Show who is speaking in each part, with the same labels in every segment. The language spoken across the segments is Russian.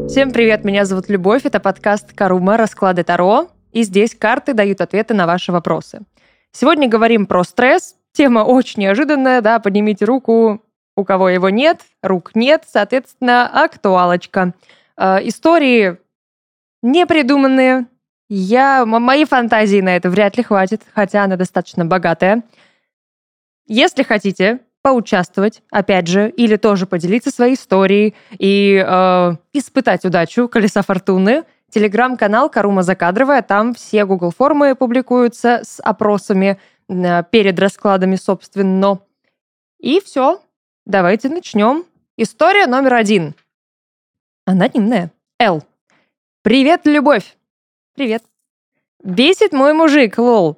Speaker 1: Всем привет, меня зовут Любовь, это подкаст «Карума. Расклады Таро», и здесь карты дают ответы на ваши вопросы. Сегодня говорим про стресс, тема очень неожиданная, да, поднимите руку, у кого его нет, рук нет, соответственно, актуалочка. Истории непридуманные, моей фантазии на это вряд ли хватит, хотя она достаточно богатая. Если хотите поучаствовать, опять же, или тоже поделиться своей историей и испытать удачу колеса фортуны, телеграм-канал «Карума Закадровая», там все Google формы публикуются с опросами перед раскладами, собственно. И все, давайте начнем. История номер 1. Анонимная. Л. Привет, Любовь. Привет. Бесит мой мужик, лол.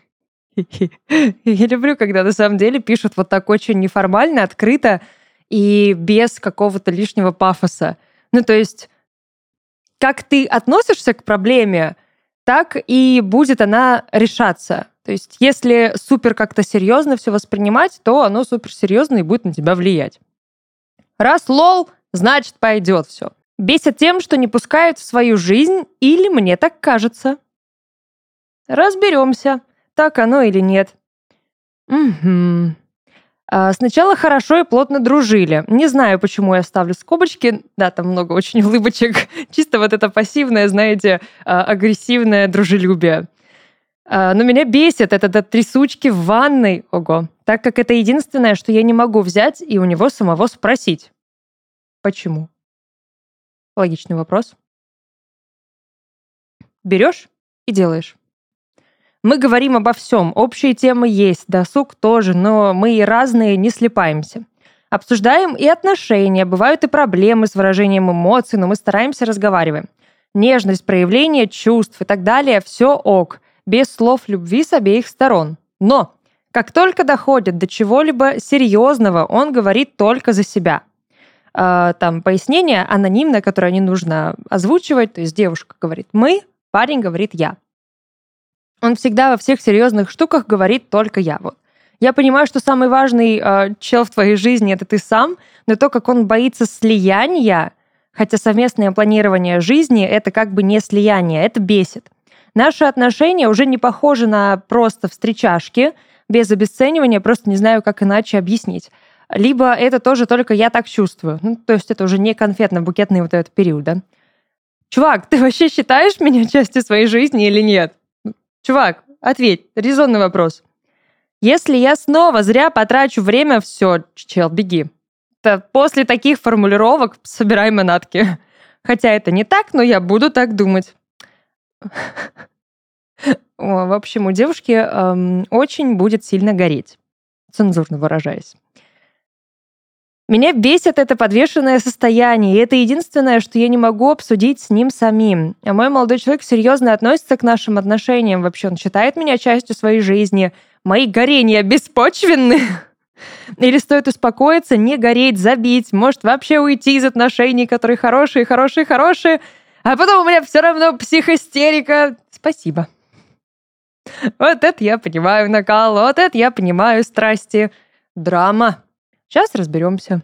Speaker 1: Я люблю, когда на самом деле пишут вот так очень неформально, открыто и без какого-то лишнего пафоса. Ну, то есть, как ты относишься к проблеме, так и будет она решаться. То есть, если супер как-то серьезно все воспринимать, то оно супер серьезно и будет на тебя влиять. Раз лол, значит пойдет все. Бесит тем, что не пускают в свою жизнь, или мне так кажется. Разберемся. Так оно или нет? Угу. Сначала хорошо и плотно дружили. Не знаю, почему я ставлю скобочки. Да, там много очень улыбочек. Чисто вот это пассивное, знаете, агрессивное дружелюбие. Но меня бесит это трясучки в ванной. Ого. Так как это единственное, что я не могу взять и у него самого спросить. Почему? Логичный вопрос. Берешь и делаешь. Мы говорим обо всем, общие темы есть, досуг тоже, но мы и разные, не слипаемся. Обсуждаем и отношения, бывают и проблемы с выражением эмоций, но мы стараемся разговаривать. Нежность, проявление чувств и так далее – все ок, без слов любви с обеих сторон. Но как только доходит до чего-либо серьезного, он говорит только за себя. Там пояснение анонимное, которое не нужно озвучивать, то есть девушка говорит «мы», парень говорит «я». Он всегда во всех серьезных штуках говорит только я. Вот. Я понимаю, что самый важный чел в твоей жизни — это ты сам, но то, как он боится слияния, хотя совместное планирование жизни — это как бы не слияние, это бесит. Наши отношения уже не похожи на просто встречашки, без обесценивания, просто не знаю, как иначе объяснить. Либо это тоже только я так чувствую. Ну, то есть это уже не конфетно-букетный вот этот период, да? Чувак, ты вообще считаешь меня частью своей жизни или нет? Чувак, ответь, резонный вопрос. Если я снова зря потрачу время, все, чел, беги. После таких формулировок собирай манатки. Хотя это не так, но я буду так думать. В общем, у девушки очень будет сильно гореть, цензурно выражаясь. Меня бесит это подвешенное состояние, и это единственное, что я не могу обсудить с ним самим. А мой молодой человек серьезно относится к нашим отношениям. Вообще, он считает меня частью своей жизни. Мои горения беспочвенны? Или стоит успокоиться, не гореть, забить, может вообще уйти из отношений, которые хорошие, а потом у меня все равно психостерика. Спасибо. Вот это я понимаю накал, вот это я понимаю страсти. Драма. Сейчас разберемся.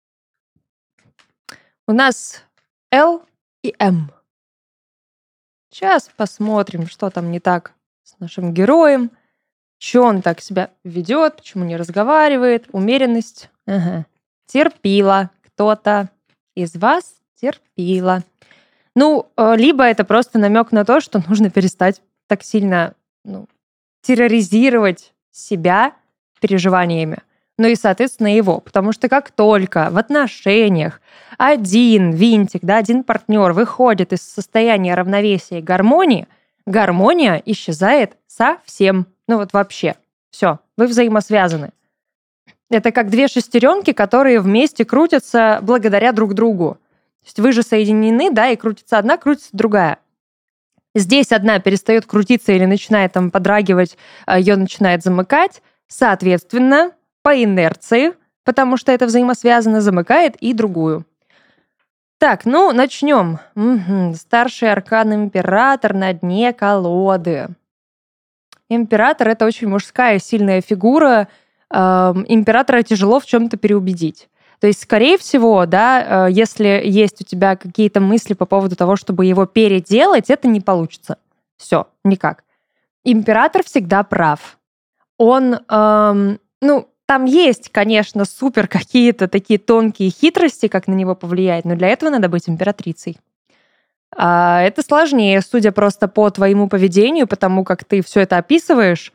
Speaker 1: У нас Л и М. Сейчас посмотрим, что там не так с нашим героем. Че он так себя ведет, почему не разговаривает, умеренность. Ага. Терпила. Кто-то из вас терпила. Ну, либо это просто намек на то, что нужно перестать так сильно терроризировать себя переживаниями. Ну и, соответственно, его. Потому что как только в отношениях один винтик, да, один партнер выходит из состояния равновесия и гармонии, гармония исчезает совсем. Ну вот вообще. Все, вы взаимосвязаны. Это как две шестеренки, которые вместе крутятся благодаря друг другу. То есть вы же соединены, да, и крутится одна, крутится другая. Здесь одна перестает крутиться или начинает там подрагивать, ее начинает замыкать. Соответственно, по инерции, потому что это взаимосвязано, замыкает и другую. Так, начнем. Старший аркан император на дне колоды. Император — это очень мужская, сильная фигура. Императора тяжело в чем-то переубедить. То есть, скорее всего, да, если есть у тебя какие-то мысли по поводу того, чтобы его переделать, это не получится. Все, никак. Император всегда прав. Он, там есть, конечно, супер какие-то такие тонкие хитрости, как на него повлиять, но для этого надо быть императрицей. Это сложнее, судя просто по твоему поведению, потому как ты все это описываешь,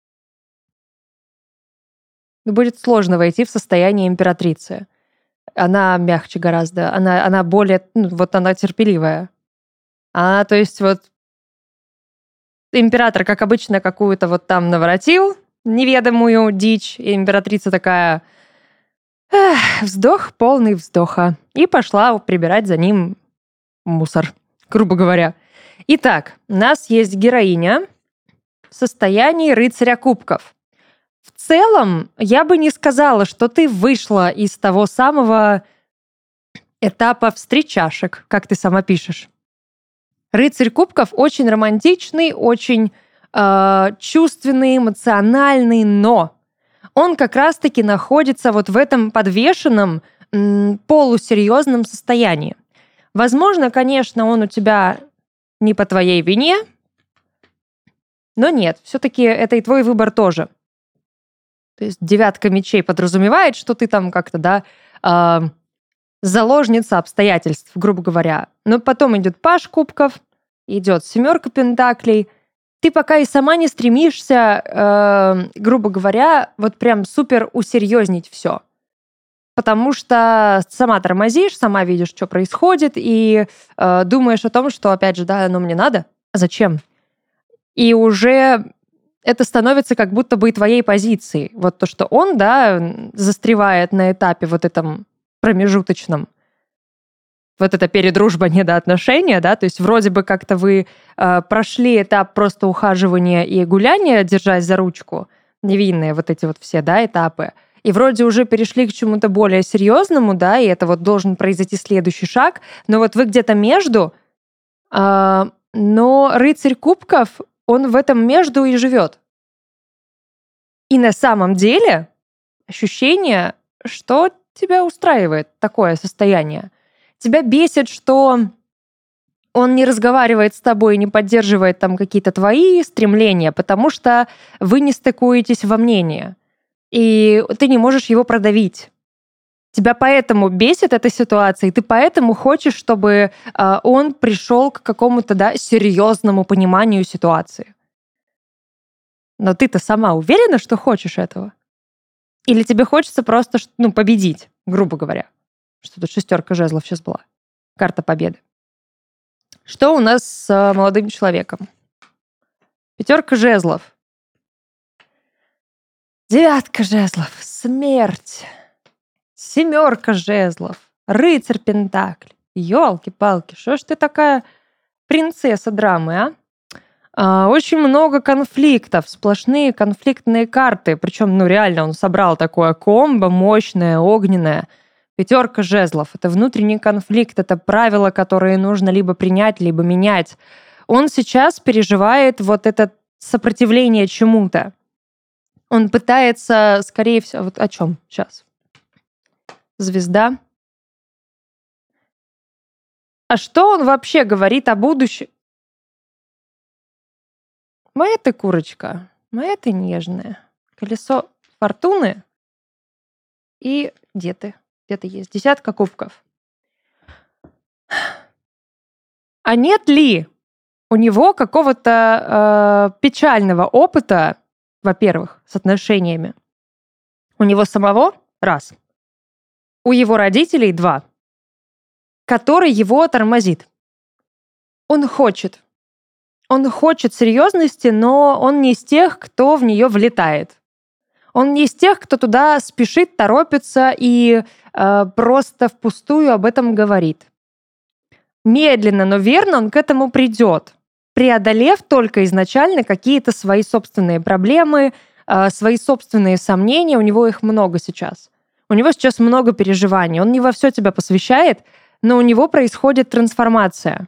Speaker 1: будет сложно войти в состояние императрицы. Она мягче гораздо, она более, она терпеливая. То есть вот император, как обычно, какую-то вот там наворотил неведомую дичь, и императрица такая, вздох, полный вздоха, и пошла прибирать за ним мусор, грубо говоря. Итак, у нас есть героиня в состоянии рыцаря кубков. В целом, я бы не сказала, что ты вышла из того самого этапа встречашек, как ты сама пишешь. Рыцарь кубков очень романтичный, очень чувственный, эмоциональный, но он как раз-таки находится вот в этом подвешенном, полусерьезном состоянии. Возможно, конечно, он у тебя не по твоей вине, но нет, все-таки это и твой выбор тоже. То есть 9 мечей подразумевает, что ты там как-то, да, заложница обстоятельств, грубо говоря. Но потом идет паж кубков, идет 7 пентаклей. Ты пока и сама не стремишься, грубо говоря, вот прям супер усерьезнить все. Потому что сама тормозишь, сама видишь, что происходит, и думаешь о том, что, опять же, да, оно мне надо, а зачем? И уже это становится как будто бы и твоей позицией. Вот то, что он, да, застревает на этапе вот этом промежуточном. Вот это передружба, недоотношения, да, то есть вроде бы как-то вы прошли этап просто ухаживания и гуляния, держась за ручку, невинные вот эти вот все, да, этапы, и вроде уже перешли к чему-то более серьезному, да, и это вот должен произойти следующий шаг, но вот вы где-то между, но рыцарь кубков, он в этом между и живет. И на самом деле ощущение, что тебя устраивает такое состояние. Тебя бесит, что он не разговаривает с тобой, не поддерживает там какие-то твои стремления, потому что вы не стыкуетесь во мнении, и ты не можешь его продавить. Тебя поэтому бесит эта ситуация, и ты поэтому хочешь, чтобы он пришел к какому-то, да, серьезному пониманию ситуации. Но ты-то сама уверена, что хочешь этого? Или тебе хочется просто, победить, грубо говоря? Что тут 6 жезлов сейчас была. Карта победы. Что у нас с молодым человеком? 5 жезлов. 9 жезлов. Смерть. 7 жезлов. Рыцарь пентакль. Ёлки-палки, что ж ты такая принцесса драмы, а? Очень много конфликтов, сплошные конфликтные карты. Причем, реально он собрал такое комбо мощное, огненное. 5 жезлов. Это внутренний конфликт, это правила, которые нужно либо принять, либо менять. Он сейчас переживает вот это сопротивление чему-то. Он пытается, скорее всего, вот о чем сейчас? Звезда. А что он вообще говорит о будущем? Моя ты курочка, моя ты нежная. Колесо фортуны. И где ты? Где ты есть? 10 кубков. А нет ли у него какого-то печального опыта, во-первых, с отношениями? У него самого? Раз. У его родителей? 2. Который его тормозит. Он хочет серьезности, но он не из тех, кто в нее влетает. Он не из тех, кто туда спешит, торопится и просто впустую об этом говорит. Медленно, но верно он к этому придет, преодолев только изначально какие-то свои собственные проблемы, свои собственные сомнения. У него их много сейчас. У него сейчас много переживаний. Он не во все тебя посвящает, но у него происходит трансформация.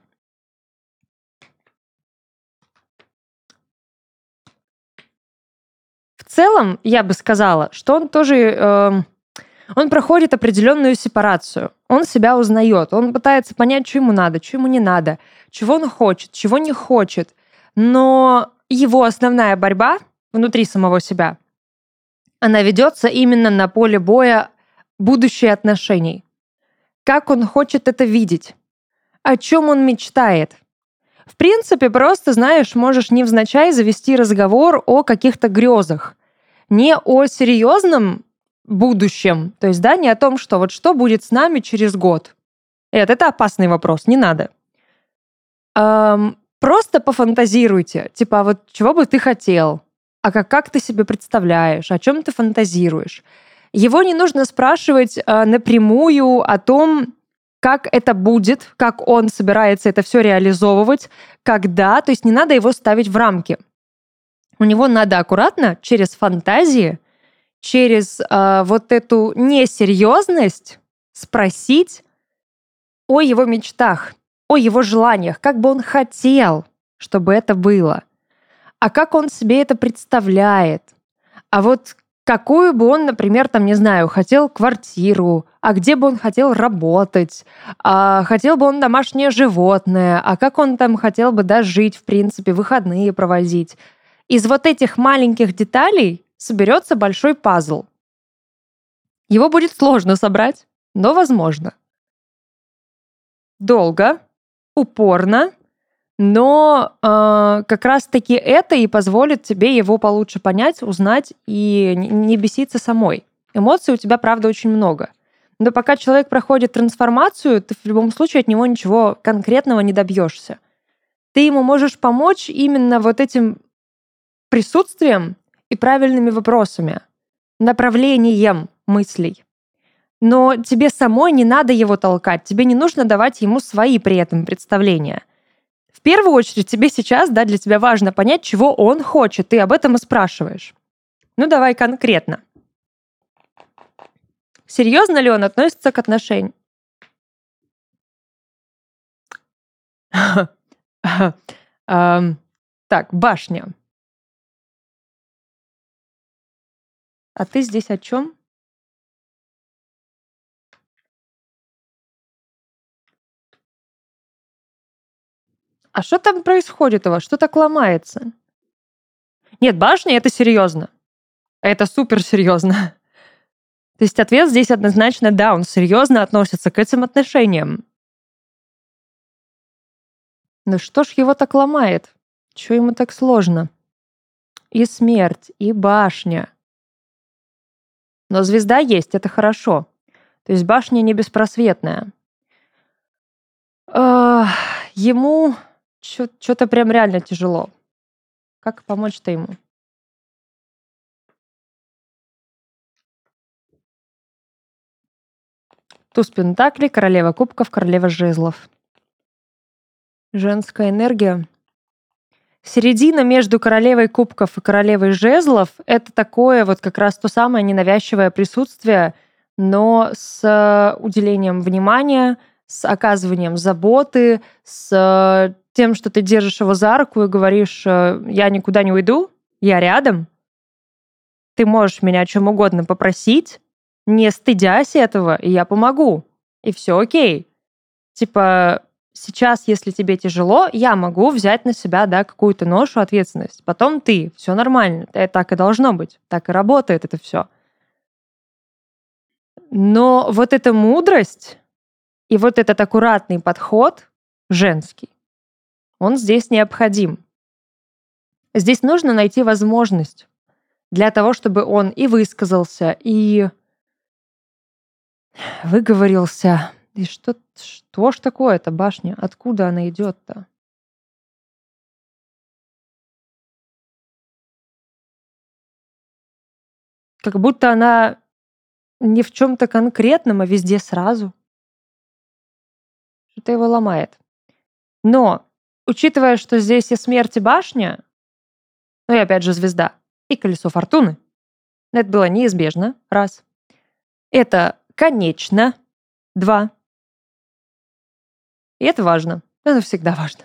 Speaker 1: В целом, я бы сказала, что он тоже Он проходит определенную сепарацию. Он себя узнает. Он пытается понять, что ему надо, что ему не надо, чего он хочет, чего не хочет. Но его основная борьба внутри самого себя, она ведется именно на поле боя будущих отношений. Как он хочет это видеть? О чем он мечтает? В принципе, просто, знаешь, можешь невзначай завести разговор о каких-то грезах. Не о серьезном будущем. То есть, да, не о том, что вот что будет с нами через год. Это опасный вопрос, не надо. Просто пофантазируйте. Типа, вот чего бы ты хотел? А как ты себе представляешь? О чем ты фантазируешь? Его не нужно спрашивать напрямую о том, как это будет, как он собирается это все реализовывать, когда. То есть не надо его ставить в рамки. У него надо аккуратно через фантазии, через вот эту несерьезность спросить о его мечтах, о его желаниях, как бы он хотел, чтобы это было, а как он себе это представляет, а вот какую бы он, например, там, не знаю, хотел квартиру, а где бы он хотел работать, а хотел бы он домашнее животное, а как он там хотел бы, да, жить, в принципе, выходные проводить. Из вот этих маленьких деталей соберется большой пазл. Его будет сложно собрать, но возможно. Долго, упорно, но как раз-таки это и позволит тебе его получше понять, узнать и не беситься самой. Эмоций у тебя, правда, очень много. Но пока человек проходит трансформацию, ты в любом случае от него ничего конкретного не добьешься. Ты ему можешь помочь именно вот этим присутствием и правильными вопросами, направлением мыслей. Но тебе самой не надо его толкать, тебе не нужно давать ему свои при этом представления. В первую очередь тебе сейчас, да, для тебя важно понять, чего он хочет, ты об этом и спрашиваешь. Ну давай конкретно. Серьезно ли он относится к отношениям? Так, башня. А ты здесь о чем? А что там происходит у вас? Что так ломается? Нет, башня — это серьезно. Это супер серьезно. То есть ответ здесь однозначно да, он серьезно относится к этим отношениям. Но что ж его так ломает? Чего ему так сложно? И смерть, и башня. Но звезда есть, это хорошо. То есть башня не беспросветная. Ему что-то прям реально тяжело. Как помочь-то ему? Туз пентаклей, королева кубков, королева жезлов. Женская энергия. Середина между королевой кубков и королевой жезлов — это такое вот как раз то самое ненавязчивое присутствие, но с уделением внимания, с оказыванием заботы, с тем, что ты держишь его за руку и говоришь: «Я никуда не уйду, я рядом, ты можешь меня о чем угодно попросить, не стыдясь этого, и я помогу, и все окей». Типа, сейчас, если тебе тяжело, я могу взять на себя, да, какую-то ношу, ответственность. Потом ты, все нормально, это так и должно быть, так и работает это все. Но вот эта мудрость и вот этот аккуратный подход женский, он здесь необходим. Здесь нужно найти возможность для того, чтобы он и высказался, и выговорился. И что ж такое эта башня? Откуда она идет-то? Как будто она не в чем-то конкретном, а везде сразу. Что-то его ломает. Но, учитывая, что здесь и смерть, и башня, ну и опять же звезда, и колесо фортуны, это было неизбежно, раз. Это конечно, два. И это важно. Это всегда важно.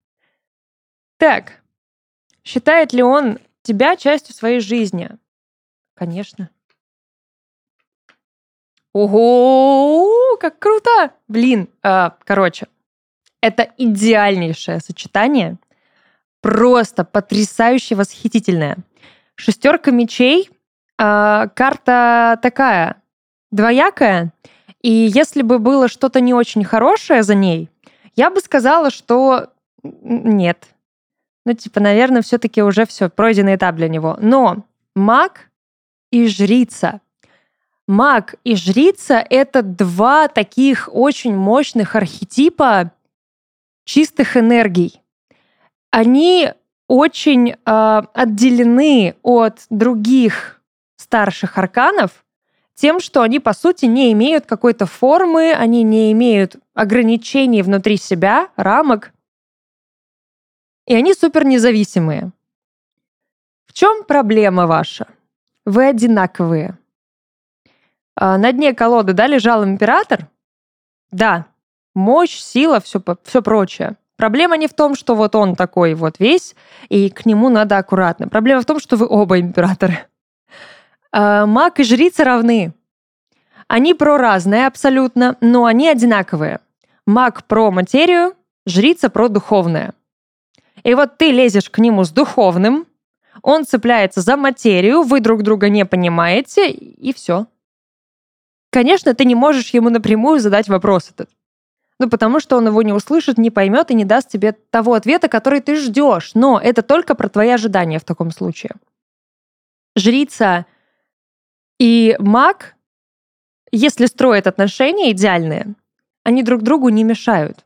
Speaker 1: Так, считает ли он тебя частью своей жизни? Конечно. Ого, как круто! Блин, короче, это идеальнейшее сочетание. Просто потрясающе восхитительное. Шестерка мечей, карта такая, двоякая. И если бы было что-то не очень хорошее за ней, я бы сказала, что нет. Наверное, все-таки уже все, пройденный этап для него. Но маг и жрица. Маг и жрица — это два таких очень мощных архетипа чистых энергий. Они очень отделены от других старших арканов тем, что они, по сути, не имеют какой-то формы, они не имеют ограничений внутри себя, рамок, и они супер независимые. В чем проблема ваша? Вы одинаковые. На дне колоды, да, лежал император? Да, мощь, сила, все прочее. Проблема не в том, что вот он такой вот весь, и к нему надо аккуратно. Проблема в том, что вы оба императоры. Маг и жрица равны. Они про разные абсолютно, но они одинаковые. Маг про материю, жрица про духовное. И вот ты лезешь к нему с духовным, он цепляется за материю, вы друг друга не понимаете, и все. Конечно, ты не можешь ему напрямую задать вопрос этот. Потому что он его не услышит, не поймет и не даст тебе того ответа, который ты ждешь. Но это только про твои ожидания в таком случае. Жрица и маг, если строят отношения идеальные, они друг другу не мешают.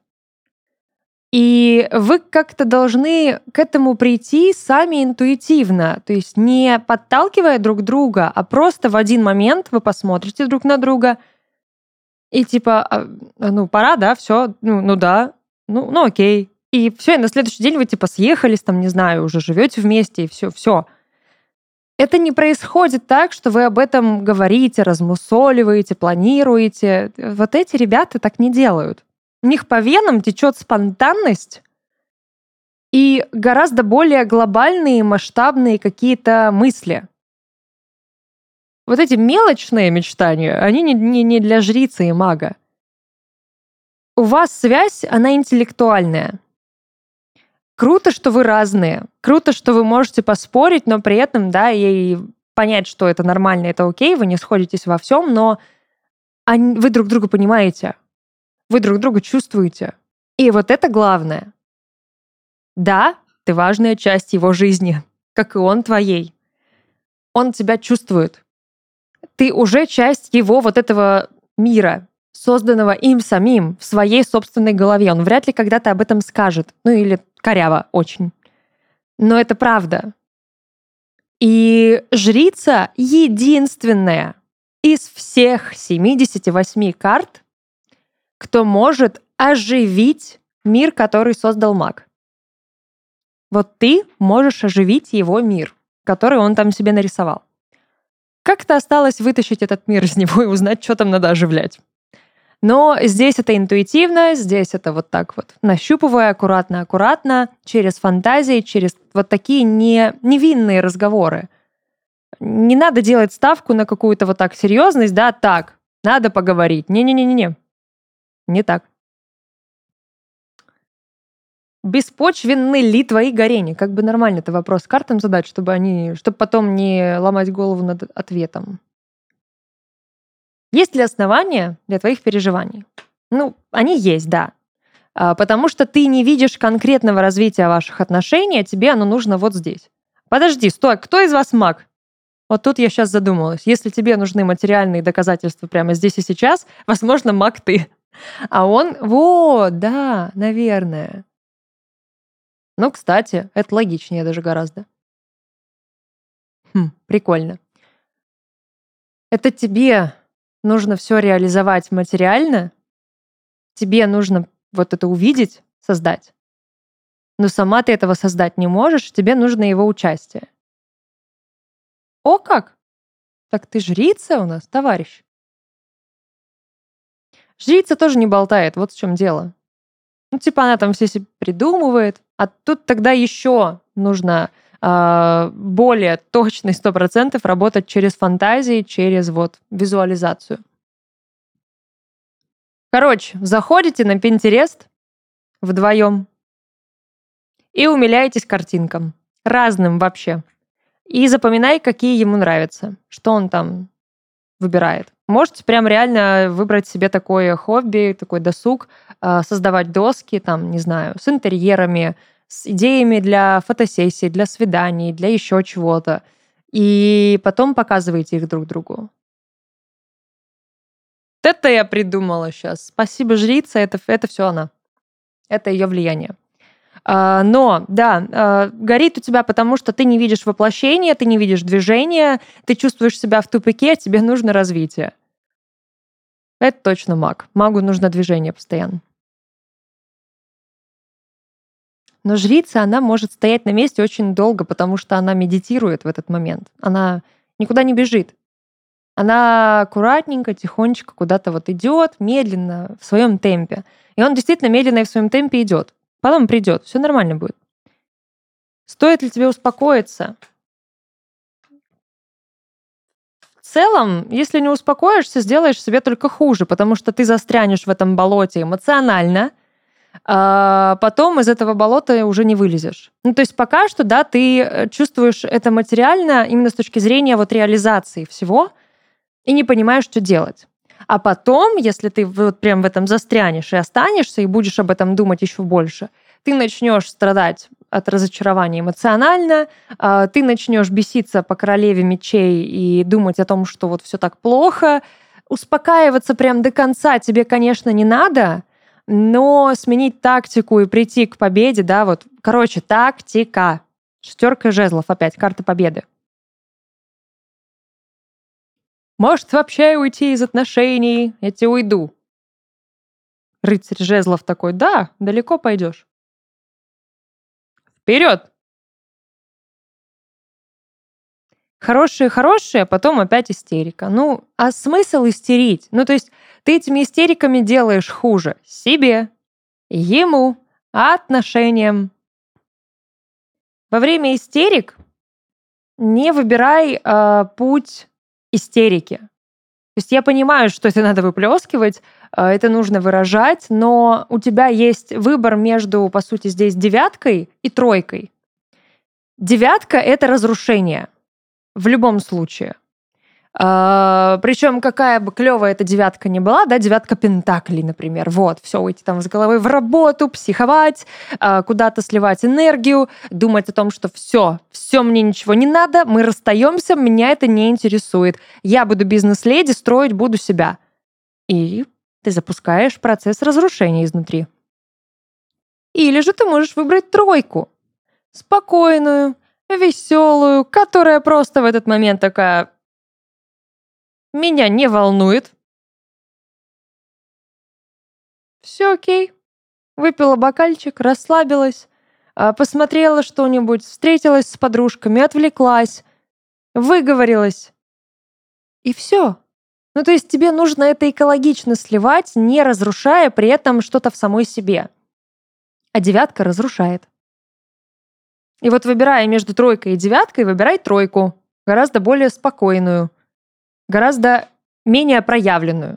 Speaker 1: И вы как-то должны к этому прийти сами интуитивно, то есть не подталкивая друг друга, а просто в один момент вы посмотрите друг на друга и типа, пора, да, все, да, окей. И все, и на следующий день вы типа съехались, там, не знаю, уже живете вместе, и все. Это не происходит так, что вы об этом говорите, размусоливаете, планируете. Вот эти ребята так не делают. У них по венам течет спонтанность и гораздо более глобальные, масштабные какие-то мысли. Вот эти мелочные мечтания, они не для жрицы и мага. У вас связь, она интеллектуальная. Круто, что вы разные. Круто, что вы можете поспорить, но при этом, да, и понять, что это нормально, это окей, вы не сходитесь во всем, но вы друг друга понимаете. Вы друг друга чувствуете. И вот это главное. Да, ты важная часть его жизни, как и он твоей. Он тебя чувствует. Ты уже часть его вот этого мира, созданного им самим в своей собственной голове. Он вряд ли когда-то об этом скажет. Или коряво очень. Но это правда. И жрица единственная из всех 78 карт, кто может оживить мир, который создал маг. Вот ты можешь оживить его мир, который он там себе нарисовал. Как-то осталось вытащить этот мир из него и узнать, что там надо оживлять. Но здесь это интуитивно, здесь это вот так вот, нащупывая аккуратно, через фантазии, через вот такие невинные разговоры. Не надо делать ставку на какую-то вот так серьезность, да, так, надо поговорить. Не-не-не-не. Не так. Беспочвенны ли твои горения? Как бы нормально это вопрос картам задать, чтобы потом не ломать голову над ответом. Есть ли основания для твоих переживаний? Они есть, да. Потому что ты не видишь конкретного развития ваших отношений, а тебе оно нужно вот здесь. Подожди, стой, кто из вас маг? Вот тут я сейчас задумалась. Если тебе нужны материальные доказательства прямо здесь и сейчас, возможно, маг ты. А он, да, наверное. Кстати, это логичнее даже гораздо. Прикольно. Это тебе нужно все реализовать материально, тебе нужно вот это увидеть, создать, но сама ты этого создать не можешь, тебе нужно его участие. О как! Так ты жрица у нас, товарищ. Жрица тоже не болтает, вот в чем дело. Она там все себе придумывает, а тут тогда еще нужно более точный 100% работать через фантазии, через вот визуализацию. Короче, заходите на Pinterest вдвоем и умиляетесь картинкам. Разным вообще. И запоминай, какие ему нравятся, что он там выбирает. Можете прям реально выбрать себе такое хобби, такой досуг, создавать доски, там, не знаю, с интерьерами, с идеями для фотосессий, для свиданий, для еще чего-то. И потом показываете их друг другу. Это я придумала сейчас. Спасибо, жрица, это все она. Это ее влияние. Но, да, горит у тебя, потому что ты не видишь воплощения, ты не видишь движения, ты чувствуешь себя в тупике, тебе нужно развитие. Это точно маг. Магу нужно движение постоянно. Но жрица, она может стоять на месте очень долго, потому что она медитирует в этот момент. Она никуда не бежит. Она аккуратненько, тихонечко куда-то вот идет, медленно, в своем темпе. И он действительно медленно и в своем темпе идет. Потом придет, все нормально будет. Стоит ли тебе успокоиться? В целом, если не успокоишься, сделаешь себе только хуже, потому что ты застрянешь в этом болоте эмоционально, а потом из этого болота уже не вылезешь. Ну, то есть пока что, да, ты чувствуешь это материально именно с точки зрения вот реализации всего и не понимаешь, что делать. А потом, если ты вот прям в этом застрянешь и останешься, и будешь об этом думать еще больше, ты начнешь страдать от разочарования эмоционально, ты начнешь беситься по королеве мечей и думать о том, что вот все так плохо. Успокаиваться прям до конца тебе, конечно, не надо, но сменить тактику и прийти к победе, да, вот, короче, тактика. 6 жезлов опять, карта победы. Может, вообще уйти из отношений? Я тебе уйду. Рыцарь жезлов такой, да, далеко пойдешь. Вперед! Хорошие, а потом опять истерика. Ну, а смысл истерить? Ну, то есть ты этими истериками делаешь хуже себе, ему, отношениям. Во время истерик не выбирай путь истерики. То есть я понимаю, что это надо выплескивать, это нужно выражать, но у тебя есть выбор между, по сути, здесь 9 и 3. 9 — это разрушение в любом случае. Причем какая бы клевая эта 9 ни была, да, 9 пентаклей, например, вот, все, уйти там с головой в работу, психовать, куда-то сливать энергию, думать о том, что все мне ничего не надо, мы расстаемся, меня это не интересует, я буду бизнес-леди, строить буду себя. И ты запускаешь процесс разрушения изнутри. Или же ты можешь выбрать 3, спокойную, веселую, которая просто в этот момент такая: меня не волнует. Все окей. Выпила бокальчик, расслабилась, посмотрела что-нибудь, встретилась с подружками, отвлеклась, выговорилась. И все. Ну, то есть тебе нужно это экологично сливать, не разрушая при этом что-то в самой себе. А 9 разрушает. И вот выбирая между 3 и 9, выбирай 3, гораздо более спокойную, гораздо менее проявленную.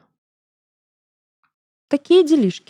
Speaker 1: Такие делишки.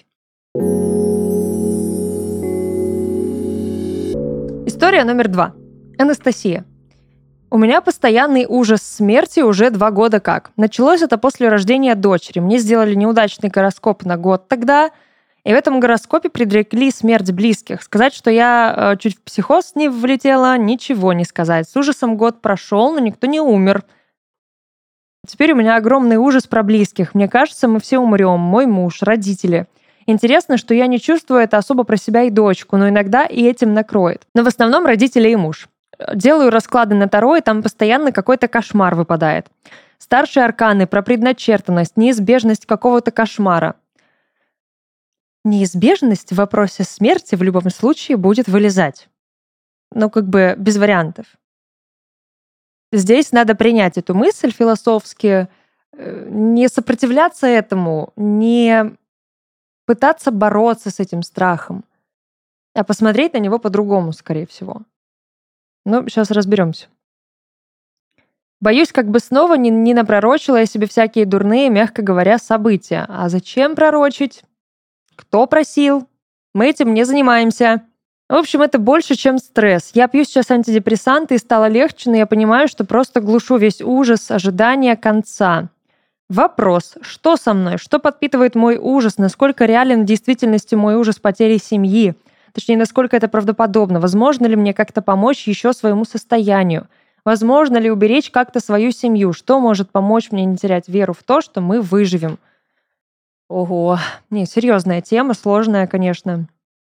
Speaker 1: История номер 2. Анастасия. У меня постоянный ужас смерти уже 2 года как. Началось это после рождения дочери. Мне сделали неудачный гороскоп на год тогда, и в этом гороскопе предрекли смерть близких. Сказать, что я чуть в психоз не влетела, ничего не сказать. С ужасом год прошел, но никто не умер. Теперь у меня огромный ужас про близких. Мне кажется, мы все умрем. Мой муж, родители. Интересно, что я не чувствую это особо про себя и дочку, но иногда и этим накроет. Но в основном родители и муж. Делаю расклады на Таро, и там постоянно какой-то кошмар выпадает. Старшие арканы про предначертанность, неизбежность какого-то кошмара. Неизбежность в вопросе смерти в любом случае будет вылезать. Ну, как бы без вариантов. Здесь надо принять эту мысль философски, не сопротивляться этому, не пытаться бороться с этим страхом, а посмотреть на него по-другому, скорее всего. Ну, сейчас разберемся. Боюсь, как бы снова не напророчила я себе всякие дурные, мягко говоря, события. А зачем пророчить? Кто просил? Мы этим не занимаемся. В общем, это больше, чем стресс. Я пью сейчас антидепрессанты, и стало легче, но я понимаю, что просто глушу весь ужас ожидания конца. Вопрос, что со мной? Что подпитывает мой ужас? Насколько реален в действительности мой ужас потери семьи? Точнее, насколько это правдоподобно? Возможно ли мне как-то помочь еще своему состоянию? Возможно ли уберечь как-то свою семью? Что может помочь мне не терять веру в то, что мы выживем? Ого, не, серьезная тема, сложная, конечно.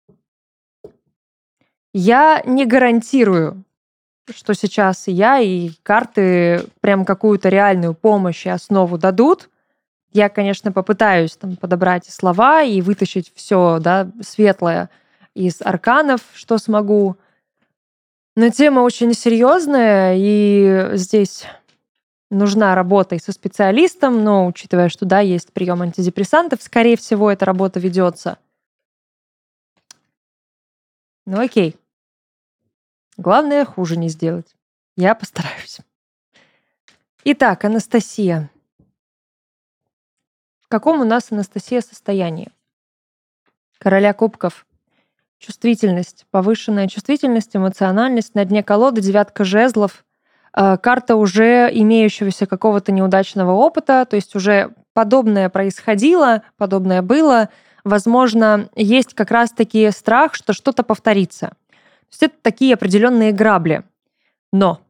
Speaker 1: Я не гарантирую, что сейчас и я, и карты прям какую-то реальную помощь и основу дадут. Я, конечно, попытаюсь там подобрать и слова и вытащить все, да, светлое из арканов, что смогу. Но тема очень серьезная, и здесь нужна работа и со специалистом, но учитывая, что да, есть прием антидепрессантов, скорее всего, эта работа ведется. Ну окей. Главное, хуже не сделать. Я постараюсь. Итак, Анастасия. В каком у нас, Анастасия, состоянии? Короля кубков. Чувствительность, повышенная чувствительность, эмоциональность. На дне колоды 9 жезлов. Карта уже имеющегося какого-то неудачного опыта, то есть уже подобное происходило, подобное было. Возможно, есть как раз-таки страх, что что-то повторится. То есть это такие определенные грабли. Но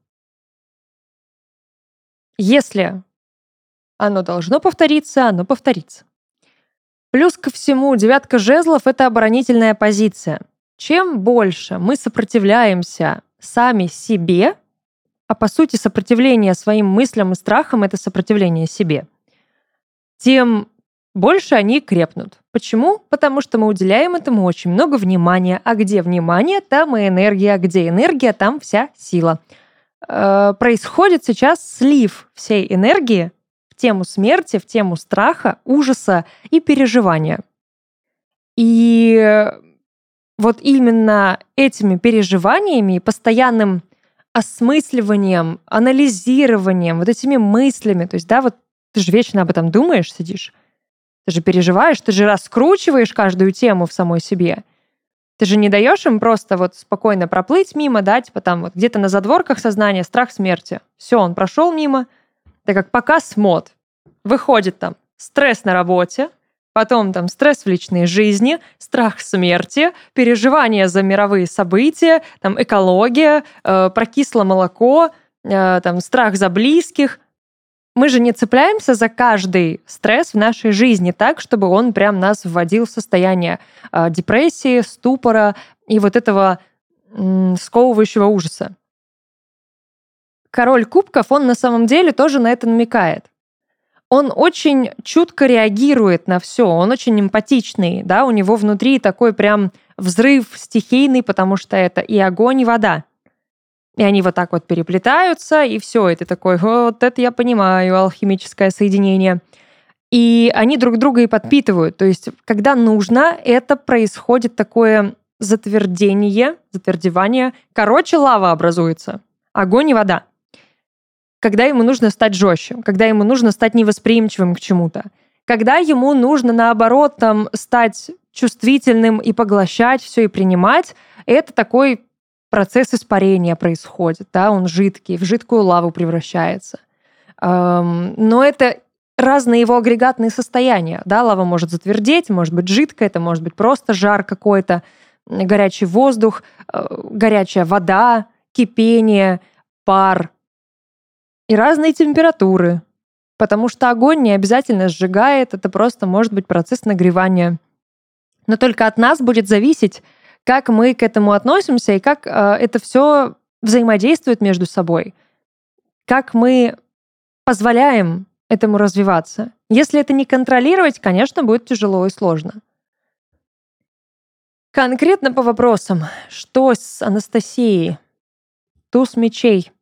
Speaker 1: если оно должно повториться, оно повторится. Плюс ко всему, 9 жезлов — это оборонительная позиция. Чем больше мы сопротивляемся сами себе, а по сути сопротивление своим мыслям и страхам — это сопротивление себе, тем больше они крепнут. Почему? Потому что мы уделяем этому очень много внимания. А где внимание, там и энергия. А где энергия, там вся сила. Происходит сейчас слив всей энергии в тему смерти, в тему страха, ужаса и переживания. И вот именно этими переживаниями, постоянным осмысливанием, анализированием, вот этими мыслями, то есть, да, вот ты же вечно об этом думаешь, сидишь, ты же переживаешь, ты же раскручиваешь каждую тему в самой себе. Ты же не даешь им просто вот спокойно проплыть мимо, да, типа там вот где-то на задворках сознания страх смерти. Все, он прошел мимо. Это как показ мод. Выходит там стресс на работе, потом там стресс в личной жизни, страх смерти, переживания за мировые события, там экология, прокисло молоко, там страх за близких. Мы же не цепляемся за каждый стресс в нашей жизни так, чтобы он прям нас вводил в состояние депрессии, ступора и вот этого сковывающего ужаса. Король кубков, он на самом деле тоже на это намекает. Он очень чутко реагирует на все, он очень эмпатичный, да, у него внутри такой прям взрыв стихийный, потому что это и огонь, и вода. И они вот так вот переплетаются, и все, и ты такой, вот это я понимаю, алхимическое соединение. И они друг друга и подпитывают. То есть, когда нужно, это происходит такое затвердевание. Короче, лава образуется. Огонь и вода. Когда ему нужно стать жестче, когда ему нужно стать невосприимчивым к чему-то, когда ему нужно, наоборот, там, стать чувствительным и поглощать все и принимать, это такой процесс испарения происходит, да, он жидкий, в жидкую лаву превращается. Но это разные его агрегатные состояния, да, лава может затвердеть, может быть жидкая, это может быть просто жар какой-то, горячий воздух, горячая вода, кипение, пар и разные температуры, потому что огонь не обязательно сжигает, это просто может быть процесс нагревания. Но только от нас будет зависеть, как мы к этому относимся и как это все взаимодействует между собой, как мы позволяем этому развиваться. Если это не контролировать, конечно, будет тяжело и сложно. Конкретно по вопросам, что с Анастасией? Туз мечей.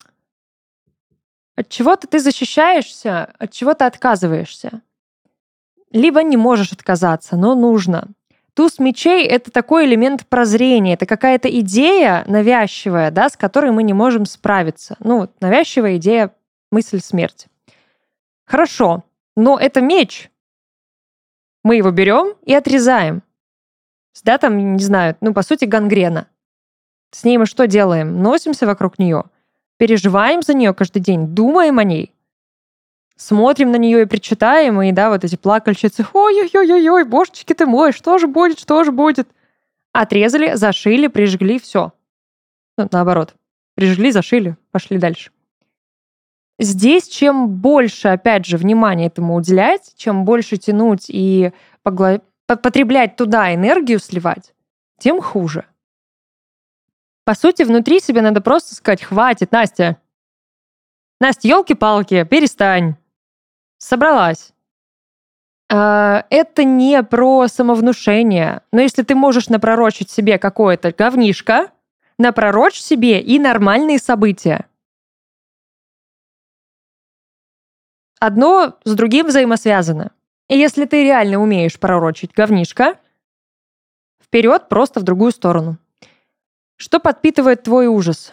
Speaker 1: От чего-то ты защищаешься, от чего-то отказываешься. Либо не можешь отказаться, но нужно. Туз мечей — это такой элемент прозрения, это какая-то идея навязчивая, да, с которой мы не можем справиться. Ну, вот навязчивая идея мысль смерти. Хорошо, но это меч. Мы его берем и отрезаем. Да, там, не знаю, по сути, гангрена. С ней мы что делаем? Носимся вокруг нее, переживаем за нее каждый день, думаем о ней, смотрим на нее и причитаем, и да, вот эти плакальщицы, ой-ой-ой-ой, божечки ты мой, что же будет, что же будет? Отрезали, зашили, прижгли, все. Наоборот, прижгли, зашили, пошли дальше. Здесь чем больше, опять же, внимания этому уделять, чем больше тянуть и потреблять туда энергию сливать, тем хуже. По сути, внутри себе надо просто сказать: хватит, Настя. Настя, елки-палки, перестань. Собралась. Это не про самовнушение. Но если ты можешь напророчить себе какое-то говнишко, напророчь себе и нормальные события. Одно с другим взаимосвязано. И если ты реально умеешь пророчить говнишко, вперед, просто в другую сторону. Что подпитывает твой ужас?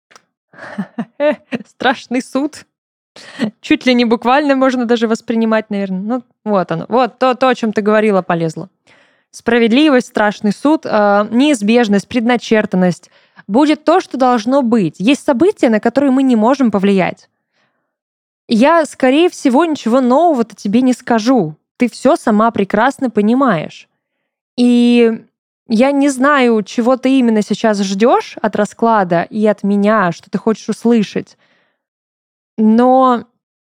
Speaker 1: Страшный суд. Чуть ли не буквально можно даже воспринимать, наверное. Вот оно. Вот то, о чем ты говорила, полезло. Справедливость, страшный суд, неизбежность, предначертанность. Будет то, что должно быть. Есть события, на которые мы не можем повлиять. Я, скорее всего, ничего нового-то тебе не скажу. Ты все сама прекрасно понимаешь. И я не знаю, чего ты именно сейчас ждешь от расклада и от меня, что ты хочешь услышать. Но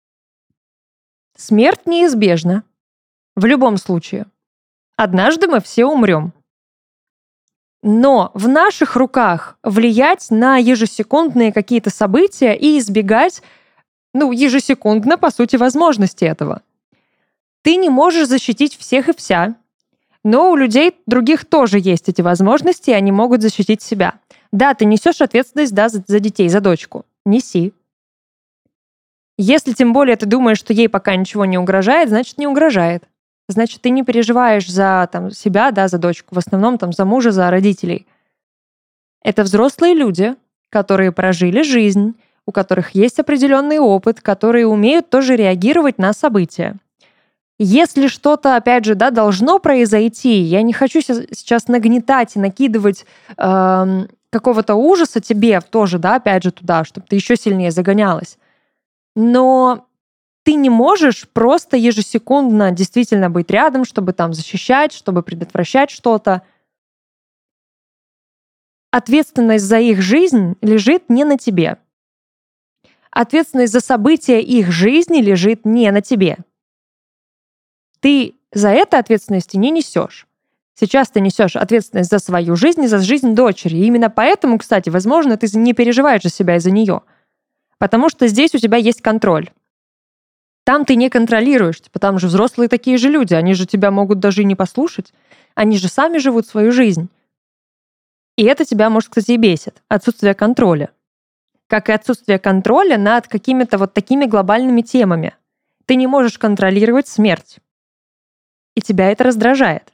Speaker 1: смерть неизбежна. В любом случае. Однажды мы все умрем. Но в наших руках влиять на ежесекундные какие-то события и избегать, ежесекундно, по сути, возможности этого. Ты не можешь защитить всех и вся, но у людей других тоже есть эти возможности, и они могут защитить себя. Да, ты несешь ответственность, за детей, за дочку. Неси. Если тем более ты думаешь, что ей пока ничего не угрожает, значит, не угрожает. Значит, ты не переживаешь за себя, за дочку, в основном за мужа, за родителей. Это взрослые люди, которые прожили жизнь, у которых есть определенный опыт, которые умеют тоже реагировать на события. Если что-то, опять же, должно произойти, я не хочу сейчас нагнетать и накидывать какого-то ужаса тебе тоже, опять же, туда, чтобы ты еще сильнее загонялась. Но ты не можешь просто ежесекундно действительно быть рядом, чтобы защищать, чтобы предотвращать что-то. Ответственность за их жизнь лежит не на тебе. Ответственность за события их жизни лежит не на тебе. Ты за это ответственности не несешь. Сейчас ты несешь ответственность за свою жизнь и за жизнь дочери. И именно поэтому, кстати, возможно, ты не переживаешь за себя и за нее. Потому что здесь у тебя есть контроль. Там ты не контролируешь, там же взрослые такие же люди, они же тебя могут даже и не послушать. Они же сами живут свою жизнь. И это тебя, может, кстати, и бесит. Отсутствие контроля. Как и отсутствие контроля над какими-то такими глобальными темами. Ты не можешь контролировать смерть. И тебя это раздражает.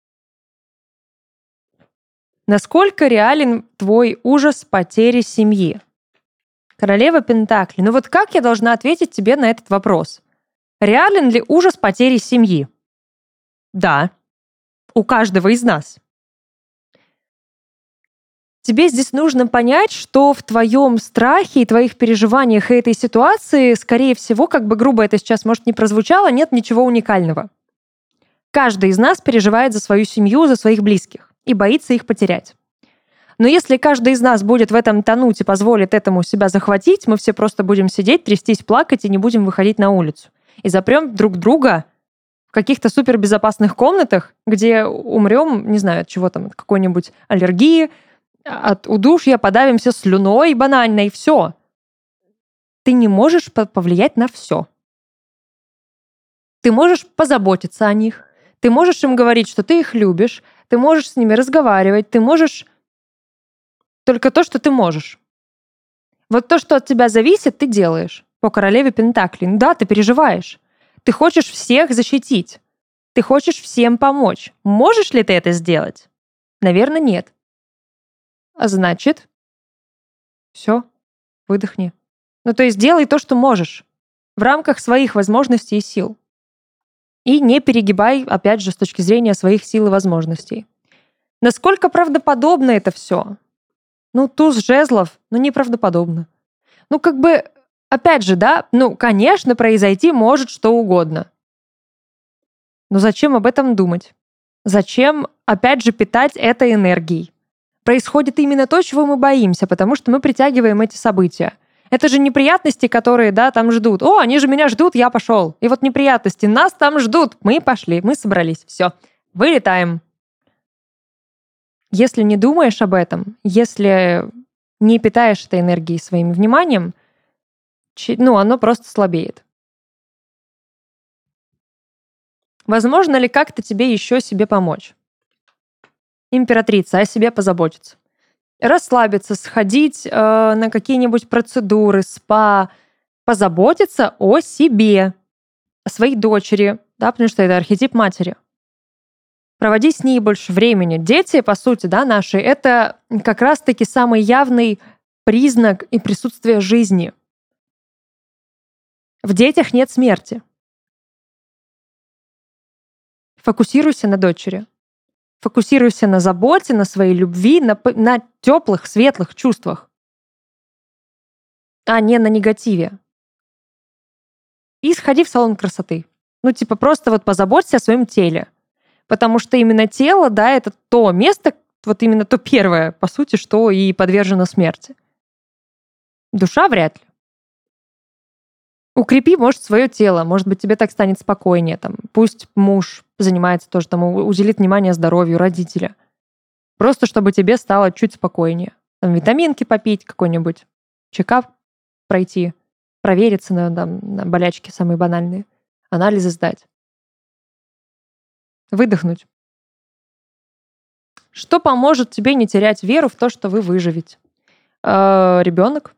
Speaker 1: Насколько реален твой ужас потери семьи? Королева Пентаклей. Как я должна ответить тебе на этот вопрос? Реален ли ужас потери семьи? Да. У каждого из нас. Тебе здесь нужно понять, что в твоем страхе и твоих переживаниях и этой ситуации, скорее всего, как бы грубо это сейчас, может, не прозвучало, нет ничего уникального. Каждый из нас переживает за свою семью, за своих близких и боится их потерять. Но если каждый из нас будет в этом тонуть и позволит этому себя захватить, мы все просто будем сидеть, трястись, плакать и не будем выходить на улицу. И запрем друг друга в каких-то супербезопасных комнатах, где умрем, не знаю, от чего от какой-нибудь аллергии, от удушья, подавимся слюной банальной, и все. Ты не можешь повлиять на все. Ты можешь позаботиться о них, ты можешь им говорить, что ты их любишь, ты можешь с ними разговаривать, ты можешь только то, что ты можешь. Вот то, что от тебя зависит, ты делаешь. По королеве Пентаклей. Да, ты переживаешь. Ты хочешь всех защитить. Ты хочешь всем помочь. Можешь ли ты это сделать? Наверное, нет. А значит, все, выдохни. То есть делай то, что можешь, в рамках своих возможностей и сил. И не перегибай, опять же, с точки зрения своих сил и возможностей. Насколько правдоподобно это все? Туз жезлов, неправдоподобно. Опять же, да, конечно, произойти может что угодно. Но зачем об этом думать? Зачем, опять же, питать этой энергией? Происходит именно то, чего мы боимся, потому что мы притягиваем эти события. Это же неприятности, которые, да, там ждут. О, они же меня ждут, я пошел. И вот неприятности, нас там ждут. Мы пошли, мы собрались, все, вылетаем. Если не думаешь об этом, если не питаешь этой энергией своим вниманием, оно просто слабеет. Возможно ли как-то тебе еще себе помочь? Императрица, о себе позаботиться. Расслабиться, сходить на какие-нибудь процедуры, спа, позаботиться о себе, о своей дочери, да, потому что это архетип матери. Проводи с ней больше времени. Дети, по сути, да, наши, это как раз-таки самый явный признак и присутствие жизни. В детях нет смерти. Фокусируйся на дочери. Фокусируйся на заботе, на своей любви, на теплых, светлых чувствах, а не на негативе. И сходи в салон красоты. Просто вот позаботься о своем теле. Потому что именно тело, да, это то место, вот именно то первое, по сути, что и подвержено смерти. Душа вряд ли. Укрепи, может, свое тело, может быть, тебе так станет спокойнее. Пусть муж занимается тоже, уделит внимание здоровью родителя. Просто чтобы тебе стало чуть спокойнее. Витаминки попить, какой-нибудь чекап пройти, провериться на болячки самые банальные, анализы сдать. Выдохнуть. Что поможет тебе не терять веру в то, что вы выживете? Ребенок.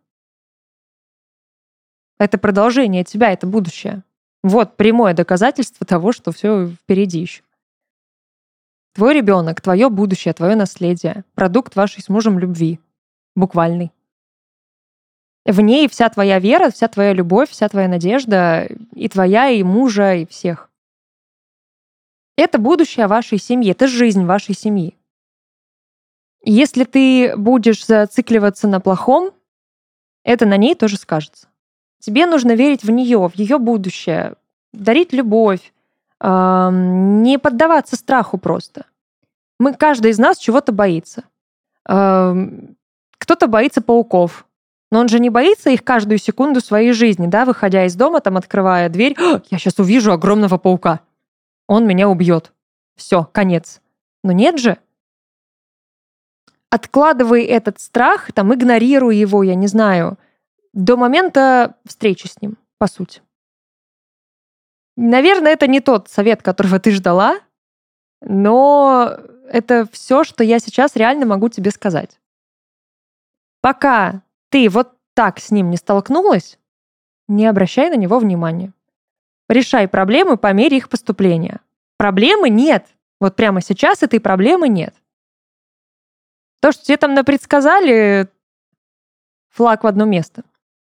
Speaker 1: Это продолжение тебя, это будущее. Вот прямое доказательство того, что все впереди еще. Твой ребенок, твое будущее, твое наследие, продукт вашей с мужем любви. Буквальный. В ней вся твоя вера, вся твоя любовь, вся твоя надежда, и твоя, и мужа, и всех. Это будущее вашей семьи, это жизнь вашей семьи. И если ты будешь зацикливаться на плохом, это на ней тоже скажется. Тебе нужно верить в нее, в ее будущее, дарить любовь, не поддаваться страху просто. Каждый из нас чего-то боится. Кто-то боится пауков, но он же не боится их каждую секунду своей жизни, да, выходя из дома, открывая дверь, я сейчас увижу огромного паука, он меня убьет. Все, конец. Но нет же. Откладывай этот страх, игнорируй его, я не знаю, до момента встречи с ним, по сути. Наверное, это не тот совет, которого ты ждала, но это все, что я сейчас реально могу тебе сказать. Пока ты вот так с ним не столкнулась, не обращай на него внимания. Решай проблемы по мере их поступления. Проблемы нет. Вот прямо сейчас этой проблемы нет. То, что тебе напредсказали, флаг в одно место.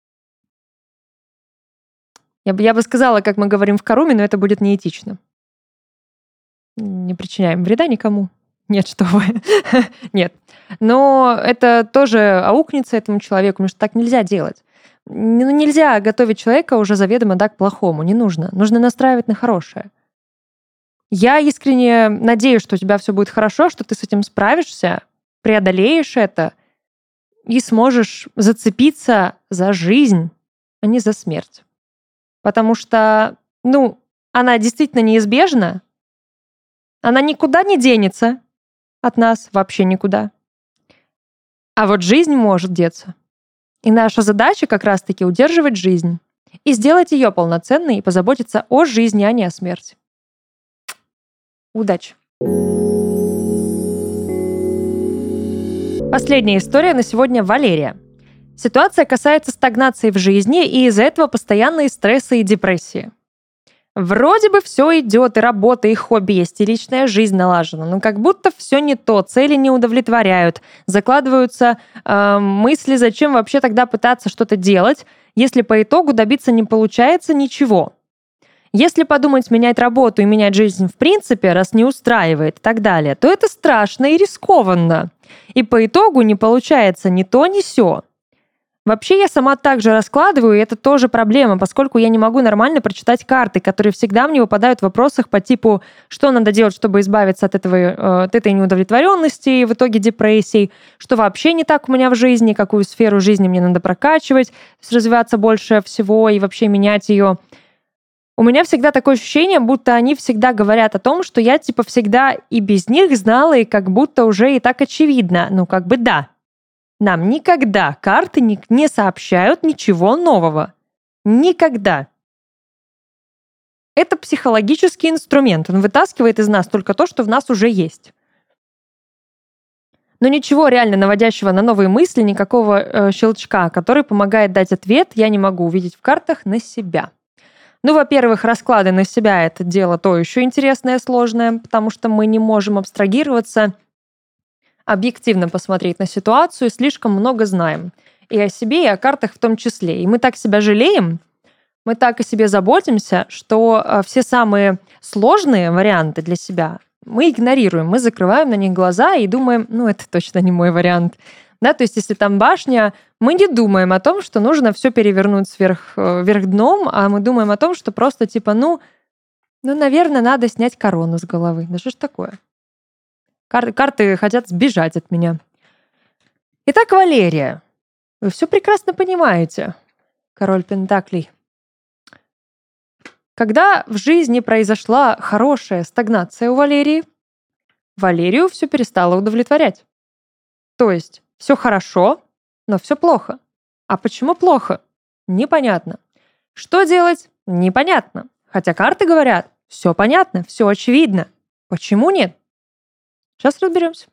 Speaker 1: Я бы сказала, как мы говорим в Каруме, но это будет неэтично. Не причиняем вреда никому. Нет, что вы. Нет. Но это тоже аукнется этому человеку, потому что так нельзя делать. Нельзя готовить человека уже заведомо к плохому. Не нужно. Нужно настраивать на хорошее. Я искренне надеюсь, что у тебя все будет хорошо, что ты с этим справишься, преодолеешь это и сможешь зацепиться за жизнь, а не за смерть. Потому что, она действительно неизбежна, она никуда не денется от нас, вообще никуда. А вот жизнь может деться. И наша задача как раз-таки удерживать жизнь и сделать ее полноценной и позаботиться о жизни, а не о смерти. Удачи! Последняя история на сегодня Валерия. Ситуация касается стагнации в жизни и из-за этого постоянные стрессы и депрессии. Вроде бы все идет, и работа, и хобби есть, и личная жизнь налажена, но как будто все не то, цели не удовлетворяют, закладываются мысли, зачем вообще тогда пытаться что-то делать, если по итогу добиться не получается ничего. Если подумать менять работу и менять жизнь в принципе, раз не устраивает и так далее, то это страшно и рискованно. И по итогу не получается ни то, ни сё. Вообще я сама также раскладываю, и это тоже проблема, поскольку я не могу нормально прочитать карты, которые всегда мне выпадают в вопросах по типу, что надо делать, чтобы избавиться от этой неудовлетворенности и в итоге депрессии, что вообще не так у меня в жизни, какую сферу жизни мне надо прокачивать, развиваться больше всего и вообще менять ее. У меня всегда такое ощущение, будто они всегда говорят о том, что я типа всегда и без них знала, и как будто уже и так очевидно. Ну как бы да. Нам никогда карты не сообщают ничего нового. Никогда. Это психологический инструмент. Он вытаскивает из нас только то, что в нас уже есть. Но ничего реально наводящего на новые мысли, никакого щелчка, который помогает дать ответ, я не могу увидеть в картах на себя. Ну, во-первых, расклады на себя — это дело то еще интересное, сложное, потому что мы не можем абстрагироваться, объективно посмотреть на ситуацию, слишком много знаем. И о себе, и о картах в том числе. И мы так себя жалеем, мы так о себе заботимся, что все самые сложные варианты для себя мы игнорируем, мы закрываем на них глаза и думаем, ну, это точно не мой вариант. Да, то есть если там башня, мы не думаем о том, что нужно все перевернуть вверх дном, а мы думаем о том, что просто типа, ну, наверное, надо снять корону с головы. Да что ж такое? Карты хотят сбежать от меня. Итак, Валерия, вы все прекрасно понимаете, король Пентаклей. Когда в жизни произошла хорошая стагнация у Валерии, Валерию все перестало удовлетворять. То есть все хорошо, но все плохо. А почему плохо? Непонятно. Что делать? Непонятно. Хотя карты говорят, все понятно, все очевидно. Почему нет? Сейчас разберемся.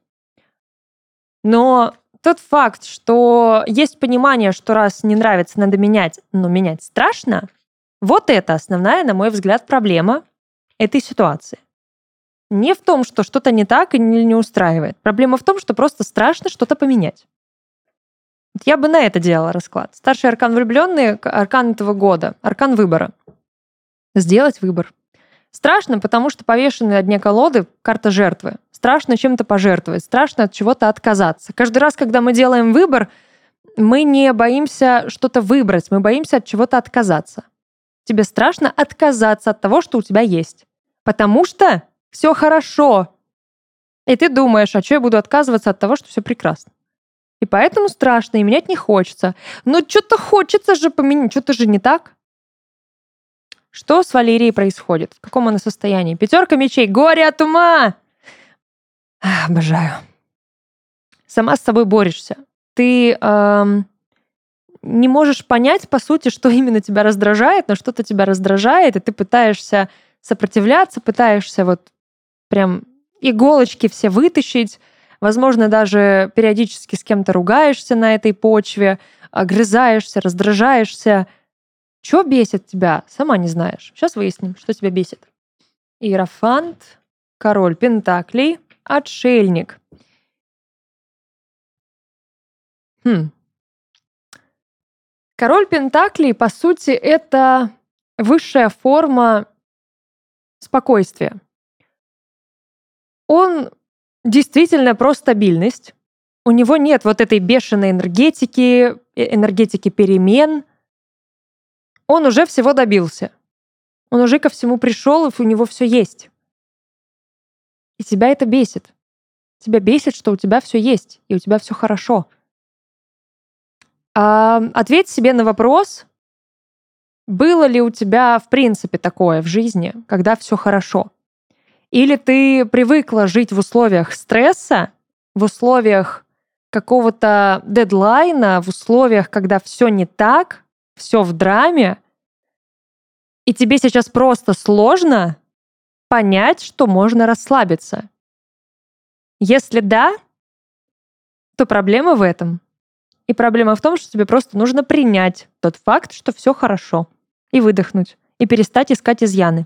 Speaker 1: Но тот факт, что есть понимание, что раз не нравится, надо менять, но менять страшно, вот это основная, на мой взгляд, проблема этой ситуации. Не в том, что что-то не так и не устраивает. Проблема в том, что просто страшно что-то поменять. Вот я бы на это делала расклад. Старший аркан влюбленные, аркан этого года, аркан выбора. Сделать выбор. Страшно, потому что повешенный на дне колоды карта жертвы. Страшно чем-то пожертвовать, страшно от чего-то отказаться. Каждый раз, когда мы делаем выбор, мы не боимся что-то выбрать, мы боимся от чего-то отказаться. Тебе страшно отказаться от того, что у тебя есть. Потому что все хорошо. И ты думаешь, а что я буду отказываться от того, что все прекрасно. И поэтому страшно, и менять не хочется. Но что-то хочется же поменять, что-то же не так. Что с Валерией происходит? В каком она состоянии? 5 мечей, горе от ума! Обожаю. Сама с собой борешься. Ты не можешь понять, по сути, что именно тебя раздражает, но что-то тебя раздражает, и ты пытаешься сопротивляться, пытаешься вот прям иголочки все вытащить, возможно, даже периодически с кем-то ругаешься на этой почве, огрызаешься, раздражаешься. Что бесит тебя? Сама не знаешь. Сейчас выясним, что тебя бесит. Иерофант, король пентаклей, отшельник. Король пентаклей, по сути, это высшая форма спокойствия. Он действительно про стабильность. У него нет вот этой бешеной энергетики перемен. Он уже всего добился. Он уже ко всему пришел, и у него все есть. И тебя это бесит. Тебя бесит, что у тебя все есть, и у тебя все хорошо. Ответь себе на вопрос, было ли у тебя в принципе такое в жизни, когда все хорошо? Или ты привыкла жить в условиях стресса, в условиях какого-то дедлайна, в условиях, когда все не так, все в драме, и тебе сейчас просто сложно понять, что можно расслабиться? Если да, то проблема в этом. И проблема в том, что тебе просто нужно принять тот факт, что все хорошо, и выдохнуть, и перестать искать изъяны.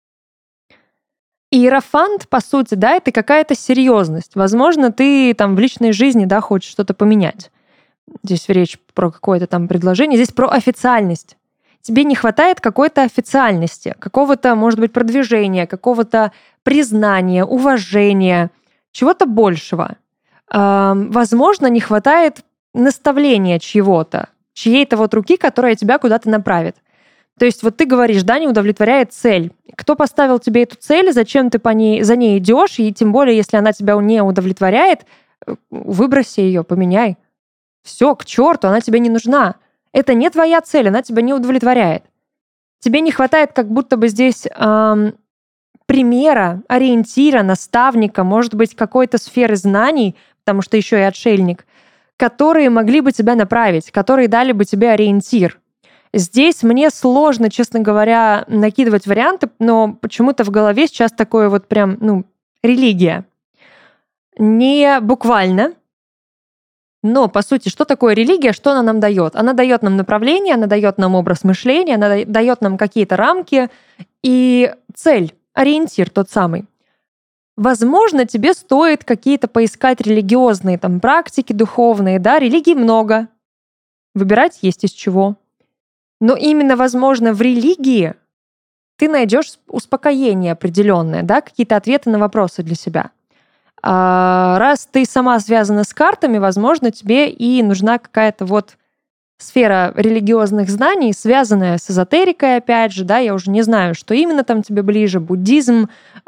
Speaker 1: Иерофант, по сути, да, это какая-то серьезность. Возможно, ты там в личной жизни, да, хочешь что-то поменять. Здесь речь про какое-то там предложение, здесь про официальность. Тебе не хватает какой-то официальности, какого-то, может быть, продвижения, какого-то признания, уважения, чего-то большего. Возможно, не хватает наставления чьего-то, чьей-то вот руки, которая тебя куда-то направит. То есть вот ты говоришь, да, не удовлетворяет цель. Кто поставил тебе эту цель, зачем ты за ней идешь, и тем более, если она тебя не удовлетворяет, выброси ее, поменяй. Все, к черту, она тебе не нужна. Это не твоя цель, она тебя не удовлетворяет. Тебе не хватает как будто бы здесь примера, ориентира, наставника, может быть, какой-то сферы знаний, потому что еще и отшельник, которые могли бы тебя направить, которые дали бы тебе ориентир. Здесь мне сложно, честно говоря, накидывать варианты, но почему-то в голове сейчас такое вот прям, религия. Не буквально, но, по сути, что такое религия, что она нам дает? Она дает нам направление, она дает нам образ мышления, она дает нам какие-то рамки и цель, ориентир тот самый. Возможно, тебе стоит какие-то поискать религиозные там практики духовные, да, религий много. Выбирать есть из чего. Но именно, возможно, в религии ты найдешь успокоение определенное, да, какие-то ответы на вопросы для себя. Раз ты сама связана с картами, возможно, тебе и нужна какая-то вот сфера религиозных знаний, связанная с эзотерикой, опять же, да, я уже не знаю, что именно там тебе ближе, буддизм,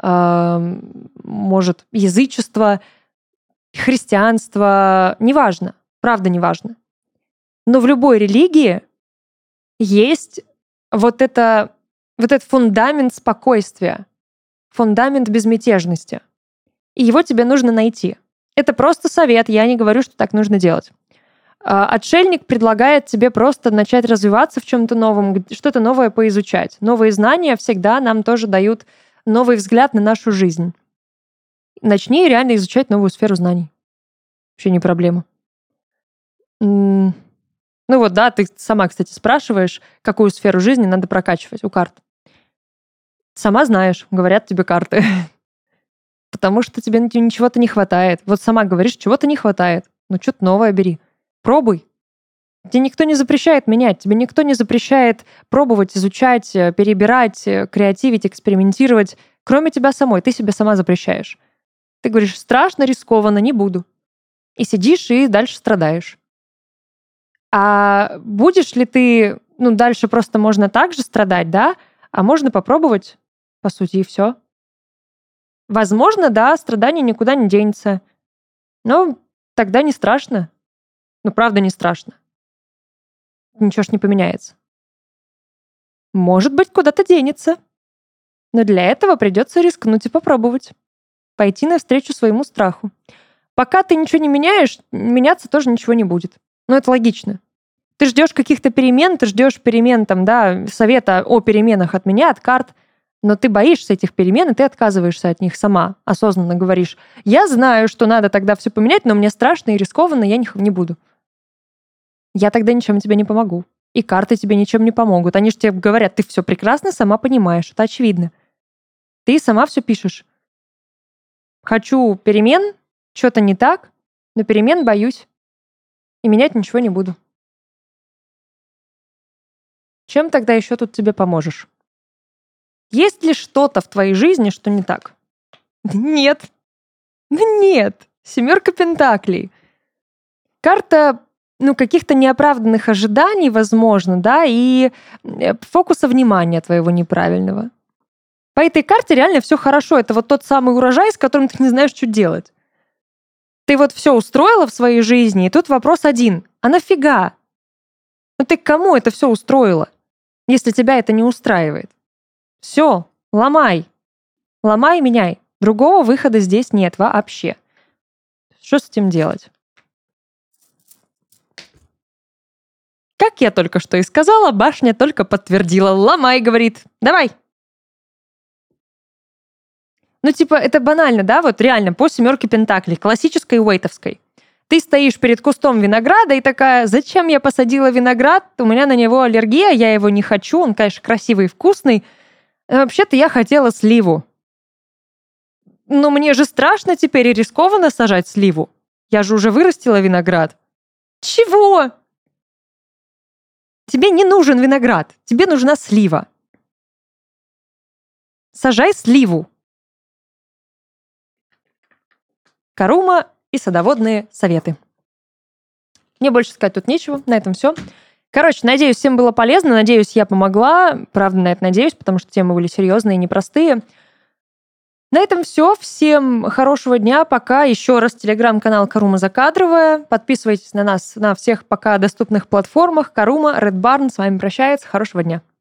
Speaker 1: может, язычество, христианство, неважно, правда неважно. Но в любой религии есть вот этот фундамент спокойствия, фундамент безмятежности. И его тебе нужно найти. Это просто совет, я не говорю, что так нужно делать. Отшельник предлагает тебе просто начать развиваться в чем-то новом, что-то новое поизучать. Новые знания всегда нам тоже дают новый взгляд на нашу жизнь. Начни реально изучать новую сферу знаний. Вообще не проблема. Ну вот, да, ты сама, кстати, спрашиваешь, какую сферу жизни надо прокачивать у карт. Сама знаешь, говорят тебе карты. Потому что тебе ничего-то не хватает. Вот сама говоришь, чего-то не хватает. Ну, что-то новое бери. Пробуй. Тебе никто не запрещает менять. Тебе никто не запрещает пробовать, изучать, перебирать, креативить, экспериментировать. Кроме тебя самой. Ты себе сама запрещаешь. Ты говоришь, страшно, рискованно, не буду. И сидишь, и дальше страдаешь. А будешь ли ты... дальше просто можно так же страдать, да? А можно попробовать, по сути, и все. Возможно, да, страдание никуда не денется. Но тогда не страшно. Правда, не страшно. Ничего ж не поменяется. Может быть, куда-то денется. Но для этого придется рискнуть и попробовать. Пойти навстречу своему страху. Пока ты ничего не меняешь, меняться тоже ничего не будет. Это логично. Ты ждешь каких-то перемен, ты ждешь перемен, совета о переменах от меня, от карт, но ты боишься этих перемен, и ты отказываешься от них сама. Осознанно говоришь, я знаю, что надо тогда все поменять, но мне страшно и рискованно, я не буду. Я тогда ничем тебе не помогу. И карты тебе ничем не помогут. Они же тебе говорят, ты все прекрасно сама понимаешь, это очевидно. Ты сама все пишешь. Хочу перемен, что-то не так, но перемен боюсь. И менять ничего не буду. Чем тогда еще тут тебе поможешь? Есть ли что-то в твоей жизни, что не так? Нет. Нет. 7 пентаклей. Карта, каких-то неоправданных ожиданий, возможно, да, и фокуса внимания твоего неправильного. По этой карте реально все хорошо. Это вот тот самый урожай, с которым ты не знаешь, что делать. Ты вот все устроила в своей жизни, и тут вопрос один. А нафига? Ты к кому это все устроила, если тебя это не устраивает? Все, ломай. Ломай и меняй. Другого выхода здесь нет вообще. Что с этим делать? Как я только что и сказала, башня только подтвердила. Ломай, говорит. Давай. Это банально, да? Вот реально, по 7 пентаклей, классической уэйтовской. Ты стоишь перед кустом винограда и такая: зачем я посадила виноград? У меня на него аллергия, я его не хочу. Он, конечно, красивый и вкусный. Вообще-то я хотела сливу. Но мне же страшно теперь и рискованно сажать сливу. Я же уже вырастила виноград. Чего? Тебе не нужен виноград, тебе нужна слива. Сажай сливу. Карума и садоводные советы. Мне больше сказать тут нечего, на этом все. Короче, надеюсь, всем было полезно, надеюсь, я помогла. Правда, на это надеюсь, потому что темы были серьезные и непростые. На этом все. Всем хорошего дня. Пока. Еще раз, телеграм-канал Карума Закадровая. Подписывайтесь на нас на всех пока доступных платформах. Карума, Red Barn с вами прощается. Хорошего дня.